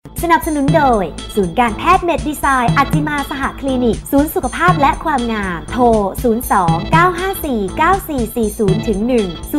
สนับสนุนโดยศูนย์การแพทย์เมดดีไซน์อัจจิมาสหคลินิกศูนย์สุขภาพและความงามโทร 02-954-9440-1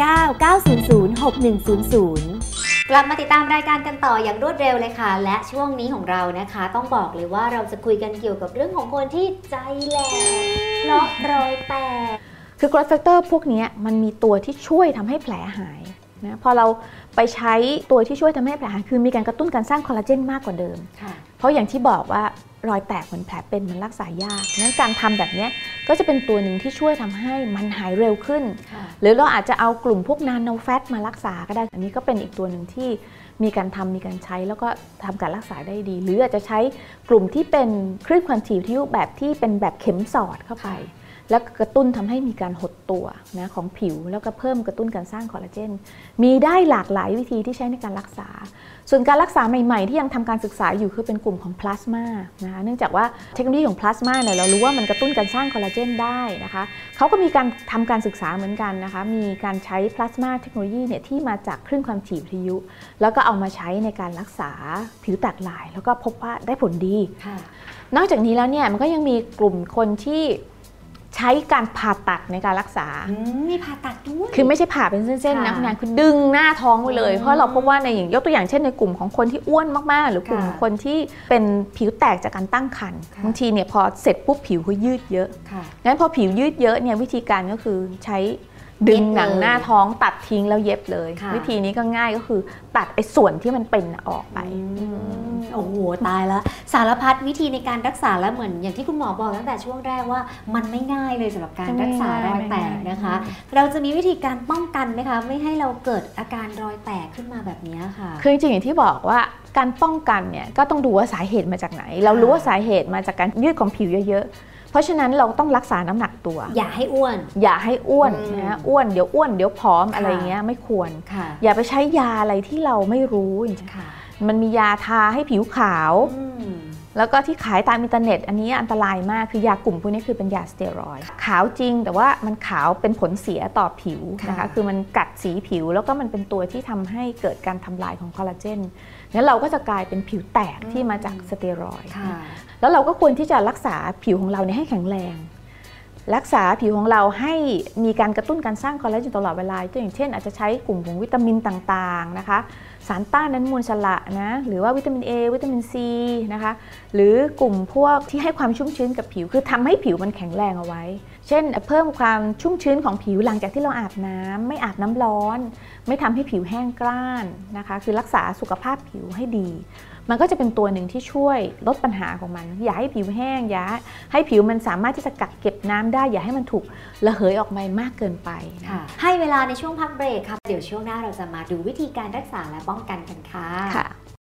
089-900-6100 กลับมาติดตามรายการกันต่ออย่างรวดเร็วเลยค่ะและช่วงนี้ของเรานะคะต้องบอกเลยว่าเราจะคุยกันเกี่ยวกับเรื่องของคนที่ใจแหลกเพราะรอยแตกคือ growth factor พวกนี้มันมีตัวที่ช่วยทำให้แผลหายนะพอเราไปใช้ตัวที่ช่วยทำให้แผลหายคือมีการกระตุ้นการสร้างคอลลาเจนมากกว่าเดิมเพราะอย่างที่บอกว่ารอยแตกเหมือนแผลเป็นมันรักษายากงั้นการทำแบบนี้ก็จะเป็นตัวหนึ่งที่ช่วยทำให้มันหายเร็วขึ้นหรือเราอาจจะเอากลุ่มพวกนาโนแฟตมารักษาก็ได้อันนี้ก็เป็นอีกตัวหนึ่งที่มีการทำมีการใช้แล้วก็ทำการรักษาได้ดีหรืออาจจะใช้กลุ่มที่เป็นคลื่นความถี่วิทยุแบบที่เป็นแบบเข็มสอดเข้าไปแล้วกระตุ้นทำให้มีการหดตัวนะของผิวแล้วก็เพิ่มกระตุ้นการสร้างคอลลาเจนมีได้หลากหลายวิธีที่ใช้ในการรักษาส่วนการรักษาใหม่ๆที่ยังทำการศึกษาอยู่คือเป็นกลุ่มของพลาสมานะคะเนื่องจากว่าเทคโนโลยีของพลาสมาเนี่ยเรารู้ว่ามันกระตุ้นการสร้างคอลลาเจนได้นะคะเขาก็มีการทำการศึกษาเหมือนกันนะคะมีการใช้พลาสมาเทคโนโลยีเนี่ยที่มาจากคลื่นความถี่วิทยุแล้วก็เอามาใช้ในการรักษาผิวแตกลายแล้วก็พบว่าได้ผลดีนอกจากนี้แล้วเนี่ยมันก็ยังมีกลุ่มคนที่ใช้การผ่าตัดในการรักษามีผ่าตัดด้วยคือไม่ใช่ผ่าเป็นเส้นๆนะคุณนายคือดึงหน้าท้องไปเลยเพราะเราพบว่าในอย่างยกตัวอย่างเช่นในกลุ่มของคนที่อ้วนมากๆหรือกลุ่มคนที่เป็นผิวแตกจากการตั้งครรภ์บางทีเนี่ยพอเสร็จปุ๊บผิวเขายืดเยอะงั้นพอผิวยืดเยอะเนี่ยวิธีการก็คือใช้ดึงหนังหน้าท้องตัดทิ้งแล้วเย็บเลยวิธีนี้ก็ง่ายก็คือตัดไอ้ส่วนที่มันเป็นออกไปโอ้โหตายแล้วสารพัดวิธีในการรักษาแล้วเหมือนอย่างที่คุณหมอบอกตั้งแต่ช่วงแรกว่ามันไม่ง่ายเลยสำหรับการรักษารอยแตกนะคะเราจะมีวิธีการป้องกันไหมคะไม่ให้เราเกิดอาการรอยแตกขึ้นมาแบบนี้ค่ะคือจริงๆอย่างที่บอกว่าการป้องกันเนี่ยก็ต้องดูว่าสาเหตุมาจากไหนเรารู้ว่าสาเหตุมาจากการยืดของผิวเยอะเพราะฉะนั้นเราต้องรักษาน้ำหนักตัวอย่าให้อ้วนนะอ้วนเดี๋ยวผอมอะไรเงี้ยไม่ควรอย่าไปใช้ยาอะไรที่เราไม่รู้จริงๆมันมียาทาให้ผิวขาวแล้วก็ที่ขายตามอินเทอร์เน็ตอันนี้อันตรายมากคือยากลุ่มพวกนี้คือเป็นยาสเตียรอยด์ขาวจริงแต่ว่ามันขาวเป็นผลเสียต่อผิวนะคะคือมันกัดสีผิวแล้วก็มันเป็นตัวที่ทำให้เกิดการทำลายของคอลลาเจนงั้นเราก็จะกลายเป็นผิวแตกที่มาจากสเตียรอยด์แล้วเราก็ควรที่จะรักษาผิวของเราให้แข็งแรงรักษาผิวของเราให้มีการกระตุ้นการสร้างคอลลาเจนตลอดเวลาตัวอย่างเช่นอาจจะใช้กลุ่มของวิตามินต่างๆนะคะสารต้านอนุมูลอิสระนะหรือว่าวิตามิน A วิตามิน C นะคะหรือกลุ่มพวกที่ให้ความชุ่มชื้นกับผิวคือทำให้ผิวมันแข็งแรงเอาไว้เช่นเพิ่มความชุ่มชื้นของผิวหลังจากที่เราอาบน้ำไม่อาบน้ำร้อนไม่ทำให้ผิวแห้งกร้านนะคะคือรักษาสุขภาพผิวให้ดีมันก็จะเป็นตัวหนึ่งที่ช่วยลดปัญหาของมันอย่าให้ผิวแห้งอย่าให้ผิวมันสามารถที่จะกักเก็บน้ำได้อย่าให้มันถูกระเหยออกมามากเกินไปให้เวลาในช่วงพักเบรกครับเดี๋ยวช่วงหน้าเราจะมาดูวิธีการรักษาและป้องกันกันค่ะ